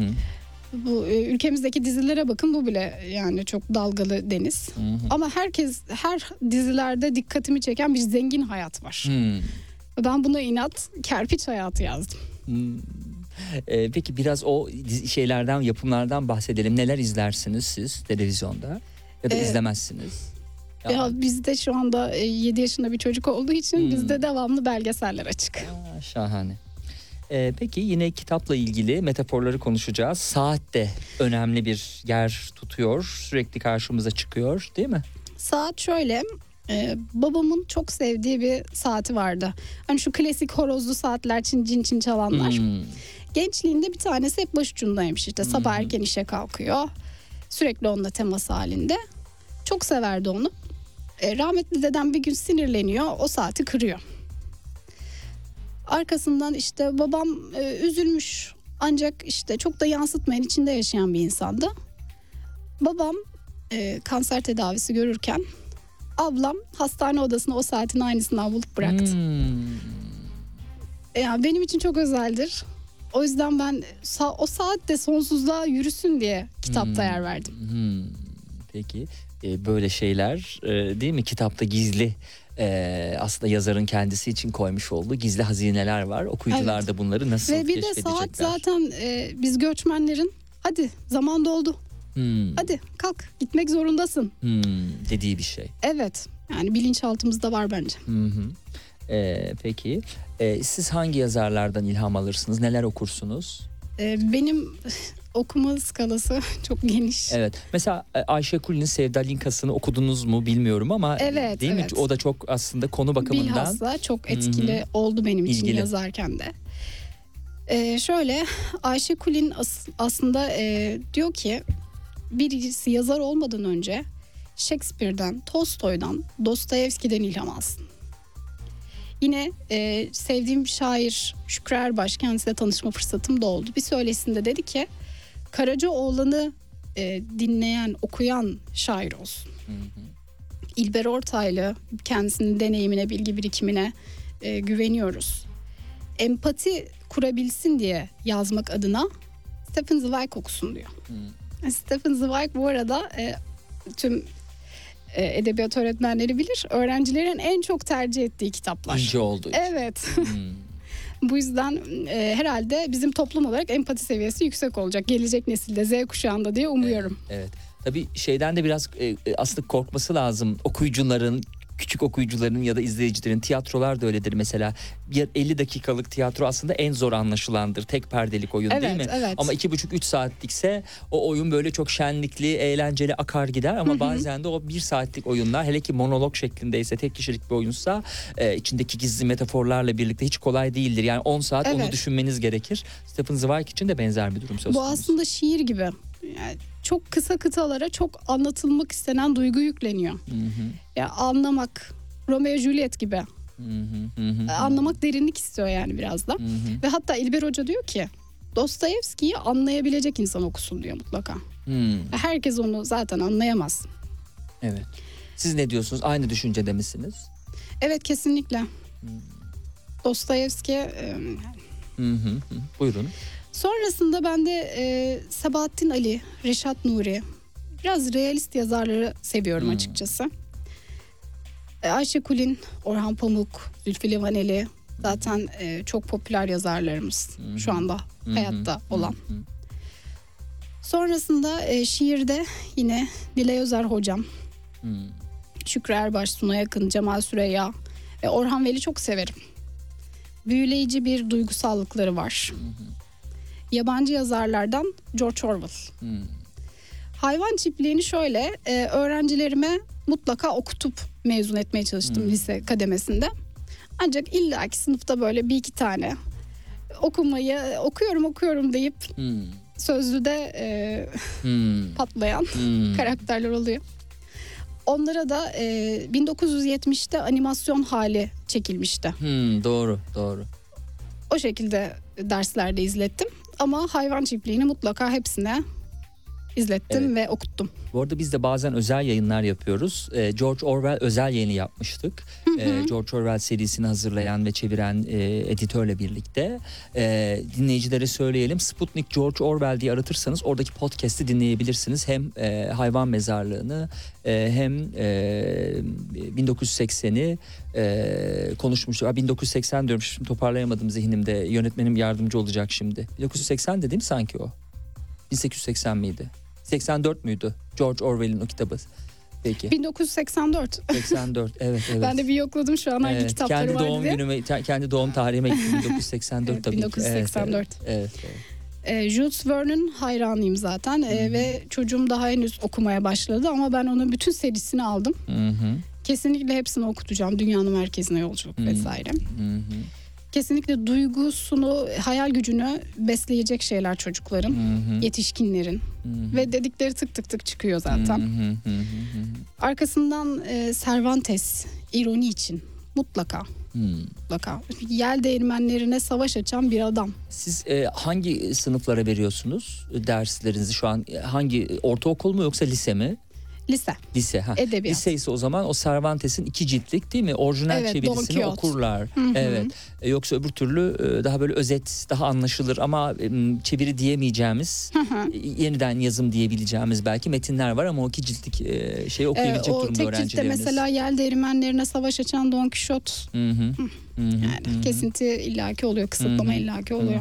Bu ülkemizdeki dizilere bakın, bu bile yani çok dalgalı deniz. Ama her dizilerde dikkatimi çeken bir zengin hayat var. Ben buna inat kerpiç hayatı yazdım. Peki biraz o şeylerden, yapımlardan bahsedelim. Neler izlersiniz siz televizyonda ya da izlemezsiniz? Ya bizde şu anda 7 yaşında bir çocuk olduğu için bizde devamlı belgeseller açık. Şahane. Peki yine kitapla ilgili metaforları konuşacağız. Saat de önemli bir yer tutuyor. Sürekli karşımıza çıkıyor, değil mi? Saat şöyle, babamın çok sevdiği bir saati vardı. Hani şu klasik horozlu saatler, çin çin çalanlar. Gençliğinde bir tanesi hep başucundaymış işte. Sabah erken işe kalkıyor. Sürekli onunla temas halinde. Çok severdi onu. Rahmetli dedem bir gün sinirleniyor, o saati kırıyor. Arkasından işte babam üzülmüş, ancak işte çok da yansıtmayan, içinde yaşayan bir insandı. Babam kanser tedavisi görürken ablam hastane odasına o saatin aynısından bulup bıraktı. Yani benim için çok özeldir. O yüzden ben o saat de sonsuzluğa yürüsün diye kitapta yer verdim. Peki böyle şeyler değil mi, kitapta gizli aslında yazarın kendisi için koymuş olduğu gizli hazineler var. Okuyucular da bunları nasıl ve bir de keşfedecekler? saat zaten biz göçmenlerin hadi zaman doldu. Hadi kalk, gitmek zorundasın dediği bir şey. Evet, yani bilinçaltımızda var bence. Peki siz hangi yazarlardan ilham alırsınız? Neler okursunuz? Benim okuma skalası çok geniş. Evet. Mesela Ayşe Kulin'in Sevda Linkas'ını okudunuz mu bilmiyorum ama evet, değil evet. mi? O da çok aslında konu bakımından bilhassa çok etkili oldu benim için İlgili. yazarken de. Şöyle, Ayşe Kulin aslında diyor ki birisi yazar olmadan önce Shakespeare'den, Tolstoy'dan, Dostoyevski'den ilham alsın. Yine sevdiğim şair Şükrü Erbaş, kendisiyle tanışma fırsatım da oldu. Bir söyleşisinde dedi ki Karacaoğlan'ı dinleyen, okuyan şair olsun. İlber Ortaylı, kendisinin deneyimine, bilgi birikimine güveniyoruz. Empati kurabilsin diye yazmak adına Stephen Zweig okusun diyor. Stephen Zweig bu arada tüm edebiyat öğretmenleri bilir, öğrencilerin en çok tercih ettiği kitaplar. İnce olduğu için. Evet. Bu yüzden herhalde bizim toplum olarak empati seviyesi yüksek olacak. Gelecek nesilde, Z kuşağında diye umuyorum. Evet. Tabii şeyden de biraz aslında korkması lazım. Okuyucuların, küçük okuyucuların ya da izleyicilerin, tiyatrolar da öyledir mesela. Bir 50 dakikalık tiyatro aslında en zor anlaşılandır. Tek perdelik oyun değil mi? Evet. Ama 2,5-3 saatlikse o oyun böyle çok şenlikli, eğlenceli akar gider. Ama bazen de o 1 saatlik oyunlar, hele ki monolog şeklindeyse, tek kişilik bir oyunsa içindeki gizli metaforlarla birlikte hiç kolay değildir. Yani 10 saat onu düşünmeniz gerekir. Stephen Zweig için de benzer bir durum söz konusu. Bu aslında şiir gibi. Yani çok kısa kıtalara çok anlatılmak istenen duygu yükleniyor. Ya anlamak, Romeo Juliet gibi. Anlamak derinlik istiyor yani biraz da. Ve hatta İlber Hoca diyor ki Dostoyevski'yi anlayabilecek insan okusun diyor mutlaka. Herkes onu zaten anlayamaz. Evet. Siz ne diyorsunuz? Aynı düşüncede misiniz? Evet, kesinlikle. Dostoyevski Buyurun. sonrasında ben de Sabahattin Ali, Reşat Nuri, biraz realist yazarları seviyorum açıkçası. Ayşe Kulin, Orhan Pamuk, Zülfü Livaneli zaten çok popüler yazarlarımız şu anda hayatta olan. Sonrasında şiirde yine Nilay Özer hocam, Şükrü Erbaş, Suna Yakın, Cemal Süreyya ve Orhan Veli çok severim. Büyüleyici bir duygusallıkları var. Yabancı yazarlardan George Orwell. Hayvan çiftliğini şöyle öğrencilerime mutlaka okutup mezun etmeye çalıştım lise kademesinde. Ancak illaki sınıfta böyle bir iki tane okuyorum deyip sözlüde patlayan karakterler oluyor. Onlara da 1970'te animasyon hali çekilmişti. Doğru. O şekilde derslerde izlettim. Ama hayvan çiftliğini mutlaka hepsine izlettim ve okuttum. Bu arada biz de bazen özel yayınlar yapıyoruz. George Orwell özel yayını yapmıştık. George Orwell serisini hazırlayan ve çeviren editörle birlikte. Dinleyicilere söyleyelim. Sputnik George Orwell diye aratırsanız oradaki podcast'i dinleyebilirsiniz. Hem hayvan mezarlığını hem 1980'i konuşmuştuk. 1980 diyorum, şimdi toparlayamadım zihnimde. Yönetmenim yardımcı olacak şimdi. 1980 dediğim sanki o. 1880 miydi? 84 müydü? George Orwell'in o kitabı. Peki. 1984. 84. Evet. Ben de bir yokladım şu an hangi kitapları kendi var doğum diye. günüme, kendi doğum tarihime gittim. 1984 Evet, tabii 1984. ki. Evet. Jules Verne'in hayranıyım zaten ve çocuğum daha henüz okumaya başladı ama ben onun bütün serisini aldım. Hı-hı. Kesinlikle hepsini okutacağım. Dünyanın merkezine yolculuk vesaire. Hı-hı. Kesinlikle duygusunu, hayal gücünü besleyecek şeyler çocukların, Hı-hı. yetişkinlerin ve dedikleri tık tık tık çıkıyor zaten. Hı-hı. Arkasından Cervantes, ironi için mutlaka. Mutlaka. Yel değirmenlerine savaş açan bir adam. Siz hangi sınıflara veriyorsunuz derslerinizi şu an? Hangi, ortaokul mu yoksa lise mi? Lise. Lise. Edebiyat. Lise ise o zaman o Cervantes'in 2 ciltlik değil mi? Orijinal Evet, Don çevirisini Quixote. okurlar. Hı-hı. Evet. Yoksa öbür türlü daha böyle özet, daha anlaşılır ama çeviri diyemeyeceğimiz, yeniden yazım diyebileceğimiz belki metinler var ama o 2 ciltlik şeyi okuyabilecek o durumda tek ciltte öğrencilerimiz. mesela yel değirmenlerine savaş açan Don Quixote. Yani kesinti illaki oluyor, kısıtlama illaki oluyor.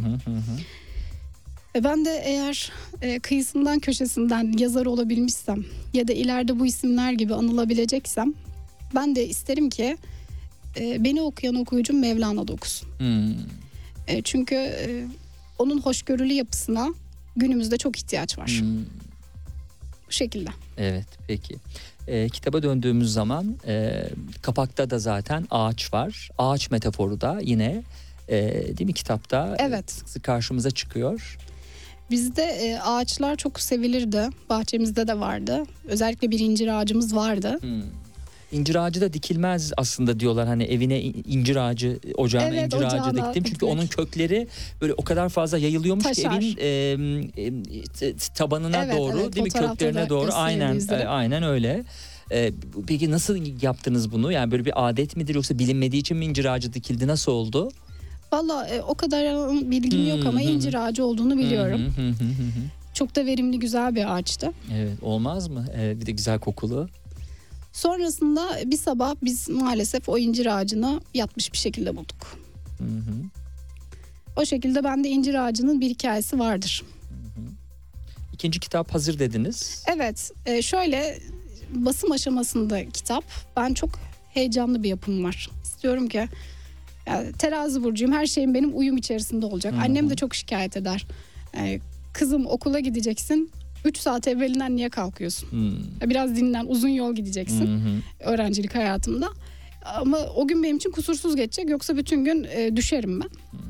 Ben de eğer kıyısından köşesinden yazar olabilmişsem ya da ileride bu isimler gibi anılabileceksem ben de isterim ki beni okuyan okuyucum Mevlana'da okusun. Çünkü onun hoşgörülü yapısına günümüzde çok ihtiyaç var. Bu şekilde. Evet, peki. Kitaba döndüğümüz zaman kapakta da zaten ağaç var. Ağaç metaforu da yine değil mi kitapta? Evet. Sık sık karşımıza çıkıyor. Bizde ağaçlar çok sevilirdi. Bahçemizde de vardı. Özellikle bir incir ağacımız vardı. İncir ağacı da dikilmez aslında diyorlar, hani evine incir ağacı, ocağına Evet, incir ağacı ocağına diktim. Çünkü dikmek. onun kökleri böyle o kadar fazla yayılıyormuş Taşar. ki evin tabanına Evet, doğru evet, değil mi, fotoğrafta köklerine da doğru, gösterildiği aynen üzere. aynen öyle. Peki nasıl yaptınız bunu? Yani böyle bir adet midir yoksa bilinmediği için mi incir ağacı dikildi? Nasıl oldu? Valla o kadar bilgim yok ama incir ağacı olduğunu biliyorum. Çok da verimli, güzel bir ağaçtı. Evet, olmaz mı? Bir de güzel kokulu. Sonrasında bir sabah biz maalesef o incir ağacını yatmış bir şekilde bulduk. O şekilde bende incir ağacının bir hikayesi vardır. İkinci kitap hazır dediniz. Evet, şöyle basım aşamasında kitap. Ben çok heyecanlı bir yapım var. İstiyorum ki yani terazi burcuyum, her şeyim benim uyum içerisinde olacak. Annem de çok şikayet eder. Kızım okula gideceksin. 3 saat evvelinden niye kalkıyorsun? Biraz dinlen, uzun yol gideceksin öğrencilik hayatımda. Ama o gün benim için kusursuz geçecek, yoksa bütün gün düşerim ben.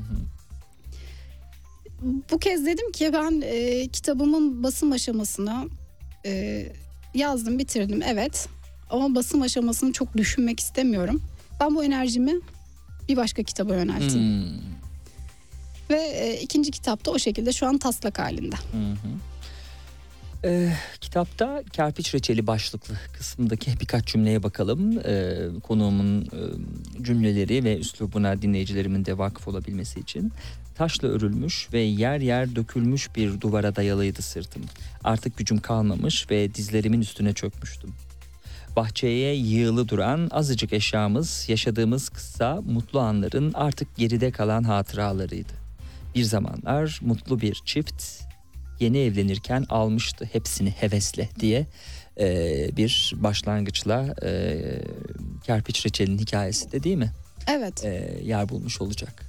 Bu kez dedim ki ben kitabımın basım aşamasını yazdım, bitirdim, evet. Ama basım aşamasını çok düşünmek istemiyorum. Ben bu enerjimi bir başka kitaba yönelteyim. Ve ikinci kitapta o şekilde şu an taslak halinde. Kitapta kerpiç reçeli başlıklı kısmındaki birkaç cümleye bakalım. Konuğumun cümleleri ve üslubuna dinleyicilerimin de vakıf olabilmesi için. Taşla örülmüş ve yer yer dökülmüş bir duvara dayalıydı sırtım. Artık gücüm kalmamış ve dizlerimin üstüne çökmüştüm. Bahçeye yığılı duran azıcık eşyamız, yaşadığımız kısa mutlu anların artık geride kalan hatıralarıydı. Bir zamanlar mutlu bir çift yeni evlenirken almıştı hepsini hevesle diye bir başlangıçla kerpiç reçelinin hikayesi de değil mi? Evet. Yer bulmuş olacak.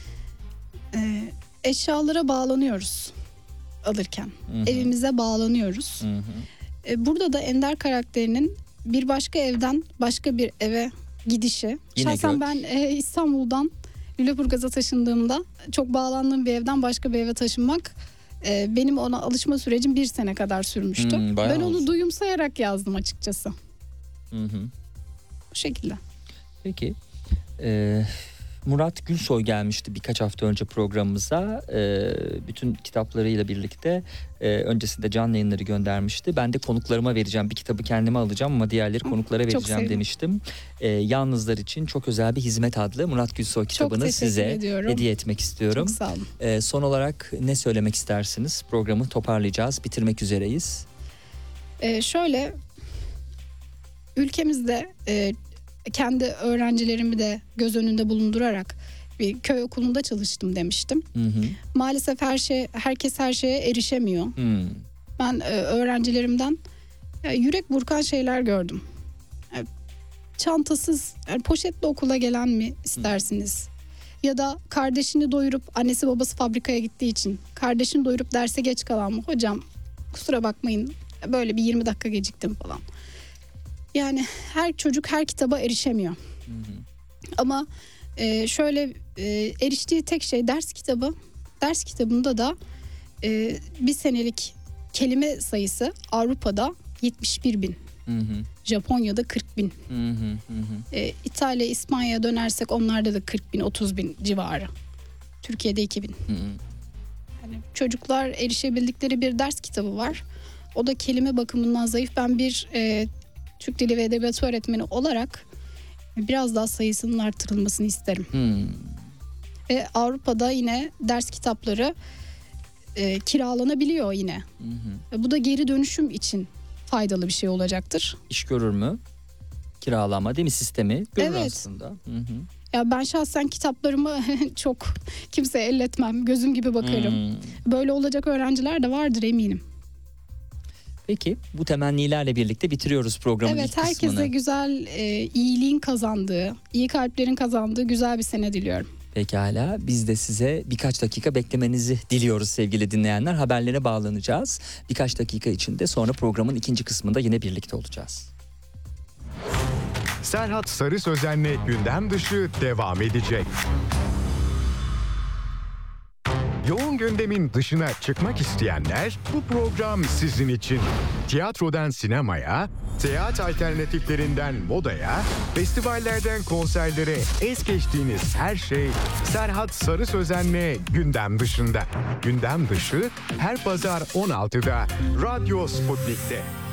Eşyalara bağlanıyoruz alırken. Evimize bağlanıyoruz. Burada da Ender karakterinin bir başka evden başka bir eve gidişi. Yine Şahsen gök. ben İstanbul'dan Lüleburgaz'a taşındığımda çok bağlandığım bir evden başka bir eve taşınmak benim ona alışma sürecim 1 sene kadar sürmüştü. Bayağı Ben onu uzun. duyumsayarak yazdım açıkçası. Bu şekilde. Peki. Murat Gülsoy gelmişti birkaç hafta önce programımıza. Bütün kitaplarıyla birlikte öncesinde canlı yayınları göndermişti. Ben de konuklarıma vereceğim. Bir kitabı kendime alacağım ama diğerleri konuklara Çok vereceğim sevdim. demiştim. Yalnızlar için çok özel bir hizmet adlı Murat Gülsoy kitabını teşekkür size ediyorum. hediye etmek istiyorum. Çok sağ olun. Son olarak ne söylemek istersiniz? Programı toparlayacağız. Bitirmek üzereyiz. Şöyle, ülkemizde kendi öğrencilerimi de göz önünde bulundurarak bir köy okulunda çalıştım demiştim. Hı hı. Maalesef herkes her şeye erişemiyor. Hmm. Ben öğrencilerimden yürek burkan şeyler gördüm. Çantasız, poşetle okula gelen mi istersiniz? Ya da kardeşini doyurup, annesi babası fabrikaya gittiği için kardeşini doyurup derse geç kalan mı? Hocam kusura bakmayın, böyle bir 20 dakika geciktim falan. Yani her çocuk her kitaba erişemiyor. Ama şöyle eriştiği tek şey ders kitabı. Ders kitabında da bir senelik kelime sayısı Avrupa'da 71 bin. Hı hı. Japonya'da 40 bin. Hı hı. Hı hı. İtalya, İspanya'ya dönersek onlarda da 40 bin, 30 bin civarı. Türkiye'de 2 bin. Hı hı. Yani çocuklar erişebildikleri bir ders kitabı var. O da kelime bakımından zayıf. Ben bir Türk Dili ve Edebiyatı öğretmeni olarak biraz daha sayısının artırılmasını isterim. Ve Avrupa'da yine ders kitapları kiralanabiliyor yine. Hı hı. Ve bu da geri dönüşüm için faydalı bir şey olacaktır. İş görür mü? Kiralama değil mi sistemi? Görür Evet. aslında. Hı hı. Ya ben şahsen kitaplarımı çok kimseye elletmem. Gözüm gibi bakarım. Böyle olacak öğrenciler de vardır eminim. Peki bu temennilerle birlikte bitiriyoruz programın ilk Evet, kısmını. herkese güzel, iyiliğin kazandığı, iyi kalplerin kazandığı güzel bir sene diliyorum. Pekala, biz de size birkaç dakika beklemenizi diliyoruz sevgili dinleyenler. Haberlere bağlanacağız. Birkaç dakika içinde, sonra programın ikinci kısmında yine birlikte olacağız. Serhat Sarı Sözen'le gündem dışı devam edecek. Yoğun gündemin dışına çıkmak isteyenler, bu program sizin için. Tiyatrodan sinemaya, seyahat alternatiflerinden modaya, festivallerden konserlere es geçtiğiniz her şey Serhat Sarı Sözen'le gündem dışında. Gündem dışı her pazar 16'da Radyo Sputnik'te.